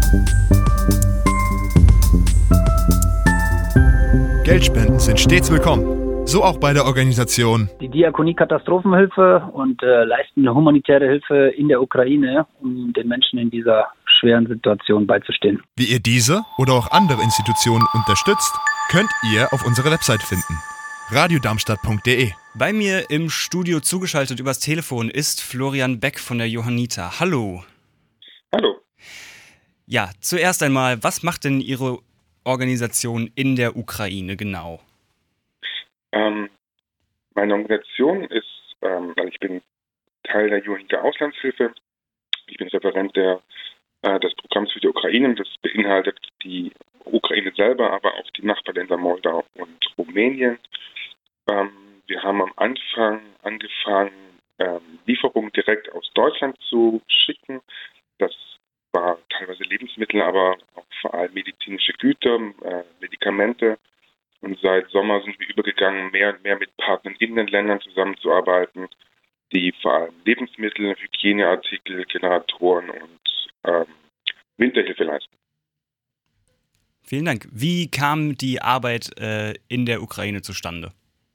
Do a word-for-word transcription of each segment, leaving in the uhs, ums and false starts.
Geldspenden sind stets willkommen. So auch bei der Organisation Die Diakonie Katastrophenhilfe und äh, leisten humanitäre Hilfe in der Ukraine, um den Menschen in dieser schweren Situation beizustehen. Wie ihr diese oder auch andere Institutionen unterstützt, könnt ihr auf unserer Website finden. radiodarmstadt punkt de. Bei mir im Studio zugeschaltet übers Telefon ist Florian Beck von der Johanniter. Hallo. Hallo. Ja, zuerst einmal, was macht denn Ihre Organisation in der Ukraine genau? Ähm, meine Organisation ist, ähm, also ich bin Teil der Johanniter Auslandshilfe. Ich bin Referent der, äh, des Programms für die Ukraine. Das beinhaltet die Ukraine selber, aber auch die Nachbarländer Moldau und Rumänien. Ähm, wir haben am Anfang angefangen, ähm, Lieferungen direkt aus Deutschland zu schicken. Das war teilweise Lebensmittel, aber auch vor allem medizinische Güter, äh, Medikamente. Und seit Sommer sind wir übergegangen, mehr und mehr mit Partnern in den Ländern zusammenzuarbeiten, die vor allem Lebensmittel, Hygieneartikel, Generatoren und ähm, Winterhilfe leisten. Vielen Dank. Wie kam die Arbeit äh, in der Ukraine zustande?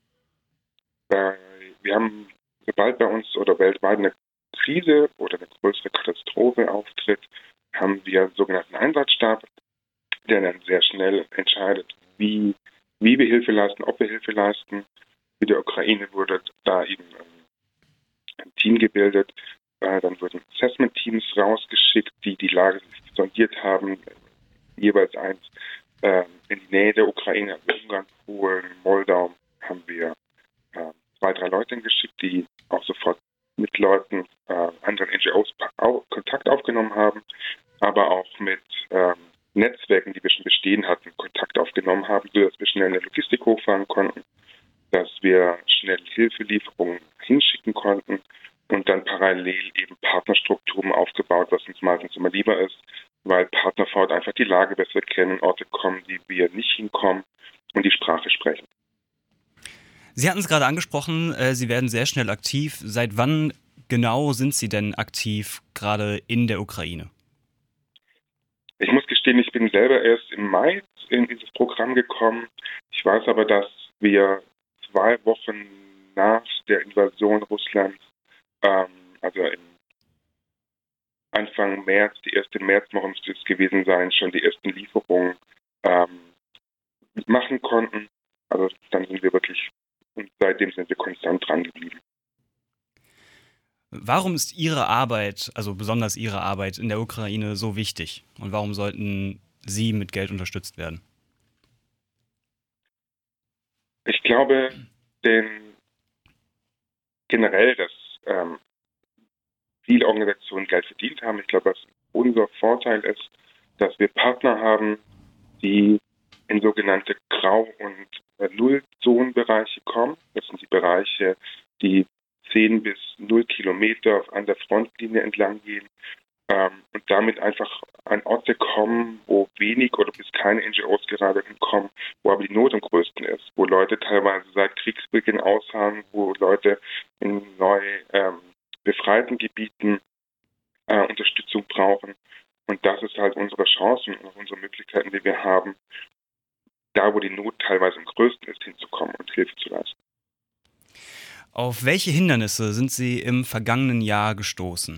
Äh, wir haben, sobald bei uns oder weltweit eine Krise oder eine größere Katastrophe auftritt, haben wir einen sogenannten Einsatzstab, der dann sehr schnell entscheidet, wie, wie wir Hilfe leisten, ob wir Hilfe leisten. Für die Ukraine wurde da eben ein Team gebildet, äh, dann wurden Assessment-Teams rausgeschickt, die die Lage sondiert haben, jeweils eins äh, in die Nähe der Ukraine, also Ungarn, Polen, Moldau, haben wir äh, zwei, drei Leute geschickt, die auch sofort mit Leuten, äh, anderen N G Os au- Kontakt aufgenommen haben, aber auch mit ähm, Netzwerken, die wir schon bestehen hatten, Kontakt aufgenommen haben, sodass wir schnell eine Logistik hochfahren konnten, dass wir schnell Hilfelieferungen hinschicken konnten und dann parallel eben Partnerstrukturen aufgebaut, was uns meistens immer lieber ist, weil Partner vor Ort einfach die Lage besser kennen, Orte kommen, die wir nicht hinkommen und die Sprache sprechen. Sie hatten es gerade angesprochen, äh, Sie werden sehr schnell aktiv. Seit wann genau sind Sie denn aktiv, gerade in der Ukraine? Ich muss gestehen, ich bin selber erst im Mai in dieses Programm gekommen. Ich weiß aber, dass wir zwei Wochen nach der Invasion Russlands, ähm, also im Anfang März, die erste Märzwoche müsste es gewesen sein, schon die ersten Lieferungen ähm, machen konnten. Also dann sind wir wirklich, und seitdem sind wir konstant dran geblieben. Warum ist Ihre Arbeit, also besonders Ihre Arbeit in der Ukraine so wichtig? Und warum sollten Sie mit Geld unterstützt werden? Ich glaube, denn generell, dass ähm, viele Organisationen Geld verdient haben. Ich glaube, was unser Vorteil ist, dass wir Partner haben, die in sogenannte Grau- und äh, Null-Zonen-Bereiche kommen. Das sind die Bereiche, die zehn bis null Kilometer an der Frontlinie entlang gehen ähm, und damit einfach an Orte kommen, wo wenig oder bis keine N G Os gerade hinkommen, wo aber die Not am größten ist, wo Leute teilweise seit Kriegsbeginn ausharren, wo Leute in neu ähm, befreiten Gebieten äh, Unterstützung brauchen. Und das ist halt unsere Chance und unsere Möglichkeiten, die wir haben, da wo die Not teilweise am größten ist, hinzukommen und Hilfe zu leisten. Auf welche Hindernisse sind Sie im vergangenen Jahr gestoßen?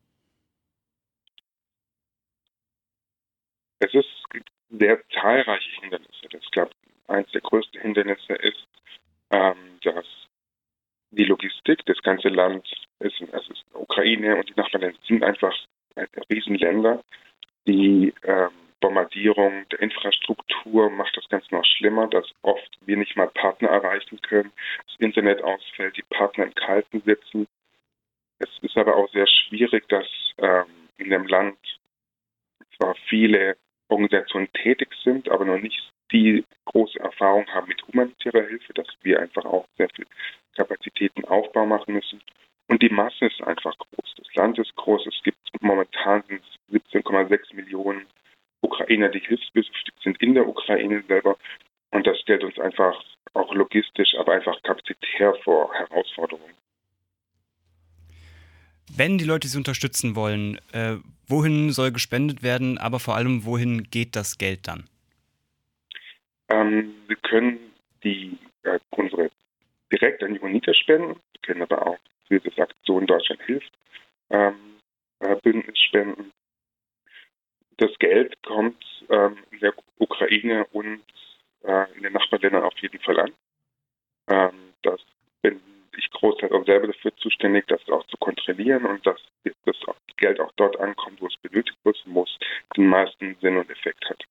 Es ist, es gibt sehr zahlreiche Hindernisse. Ich glaube, eines der größten Hindernisse ist, ähm, dass die Logistik, das ganze Land ist, es ist Ukraine und die Nachbarländer sind einfach Riesenländer. Die ähm, Bombardierung der Infrastruktur macht das Ganze noch schlimmer, dass oft wir nicht mal Partner erreichen können, das Internet ausfällt, die Partner im Kalten sitzen. Es ist aber auch sehr schwierig, dass ähm, in dem Land zwar viele Organisationen tätig sind, aber noch nicht die große Erfahrung haben mit humanitärer Hilfe, dass wir einfach auch sehr viel Kapazitätenaufbau machen müssen. Und die Masse ist einfach groß. Das Land ist groß. Es gibt momentan siebzehn Komma sechs Millionen Ukrainer, die hilfsbedürftig sind in der Ukraine selber. Und das stellt uns einfach auch logistisch, aber einfach kapazitär vor Herausforderungen. Wenn die Leute sie unterstützen wollen, äh, wohin soll gespendet werden, aber vor allem, wohin geht das Geld dann? Ähm, wir können die äh, unsere direkt an die UNITA spenden, wir können aber auch für das Aktion Deutschland hilft ähm, äh, Bündnis spenden. Das Geld kommt ähm, in der Ukraine und äh, in den Nachbarländern auf jeden Fall an. Ähm, das bin ich großteils auch selber dafür zuständig, das auch zu kontrollieren und dass das Geld auch dort ankommt, wo es benötigt wird, muss, den meisten Sinn und Effekt hat.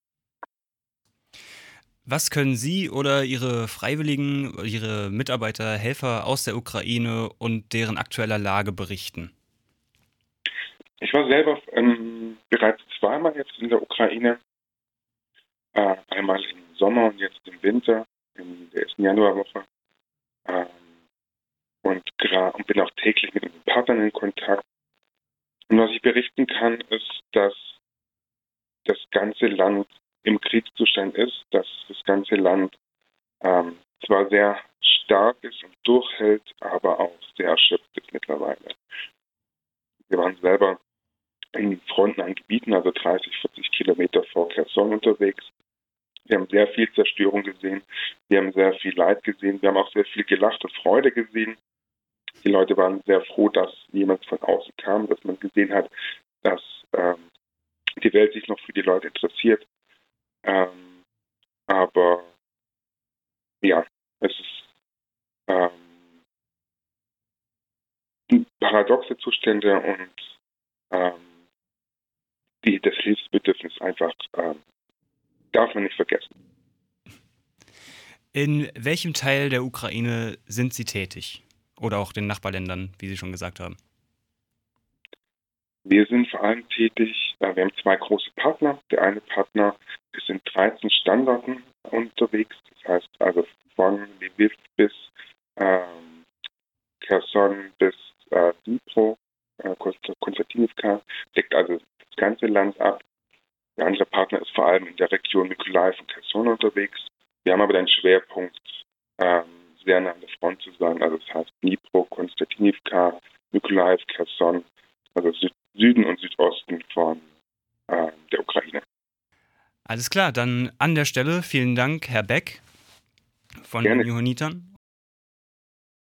Was können Sie oder Ihre Freiwilligen, Ihre Mitarbeiter, Helfer aus der Ukraine und deren aktueller Lage berichten? Ich war selber ähm, bereits zweimal jetzt in der Ukraine, äh, einmal im Sommer und jetzt im Winter, in der ersten Januarwoche. Ähm, und, und bin auch täglich mit unseren Partnern in Kontakt. Und was ich berichten kann, ist, dass das ganze Land im Kriegszustand ist, dass das ganze Land ähm, zwar sehr stark ist und durchhält, aber auch sehr erschöpft ist mittlerweile. Wir waren selber in frontnahen Gebieten, also dreißig, vierzig Kilometer vor Cherson unterwegs. Wir haben sehr viel Zerstörung gesehen, wir haben sehr viel Leid gesehen, wir haben auch sehr viel gelacht und Freude gesehen. Die Leute waren sehr froh, dass jemand von außen kam, dass man gesehen hat, dass ähm, die Welt sich noch für die Leute interessiert. Ähm, aber ja, es ist ähm, paradoxe Zustände und ähm, die, das Hilfsbedürfnis einfach ähm, darf man nicht vergessen. In welchem Teil der Ukraine sind Sie tätig? Oder auch den Nachbarländern, wie Sie schon gesagt haben? Wir sind vor allem tätig, äh, wir haben zwei große Partner. Der eine Partner ist in dreizehn Standorten unterwegs. Das heißt also von Lviv bis ähm, Cherson bis äh, Dnipro, äh, Konstantinivka, deckt also das ganze Land ab. Der andere Partner ist vor allem in der Region Mykolaiv und Cherson unterwegs. Wir haben aber den Schwerpunkt, ähm, sehr nah an der Front zu sein. Also das heißt Dnipro, Konstantinivka, Mykolaiv, Cherson, also Süd Süden und Südosten von äh, der Ukraine. Alles klar, dann an der Stelle vielen Dank, Herr Beck von Gerne. den Johannitern.